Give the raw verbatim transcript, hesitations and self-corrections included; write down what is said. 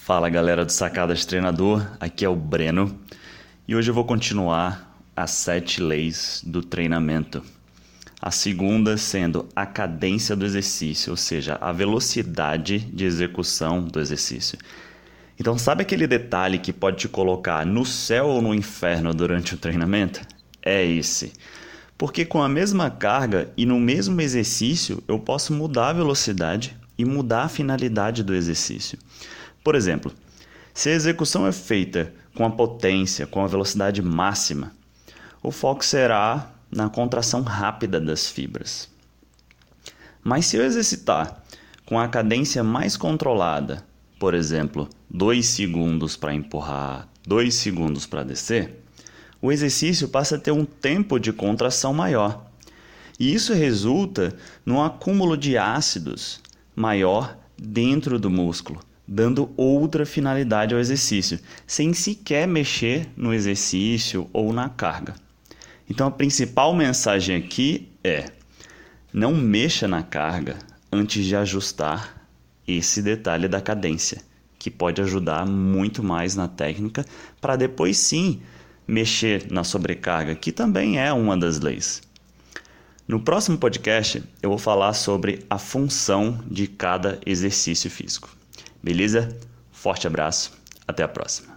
Fala galera do Sacadas Treinador, aqui é o Breno e hoje eu vou continuar as sete leis do treinamento. A segunda sendo a cadência do exercício, ou seja, a velocidade de execução do exercício. Então sabe aquele detalhe que pode te colocar no céu ou no inferno durante o treinamento? É esse. Porque com a mesma carga e no mesmo exercício eu posso mudar a velocidade e mudar a finalidade do exercício. Por exemplo, se a execução é feita com a potência, com a velocidade máxima, o foco será na contração rápida das fibras. Mas se eu exercitar com a cadência mais controlada, por exemplo, dois segundos para empurrar, dois segundos para descer, o exercício passa a ter um tempo de contração maior. E isso resulta num acúmulo de ácidos maior dentro do músculo, dando outra finalidade ao exercício, sem sequer mexer no exercício ou na carga. Então a principal mensagem aqui é: não mexa na carga antes de ajustar esse detalhe da cadência, que pode ajudar muito mais na técnica, para depois sim mexer na sobrecarga, que também é uma das leis. No próximo podcast eu vou falar sobre a função de cada exercício físico. Beleza? Forte abraço, até a próxima.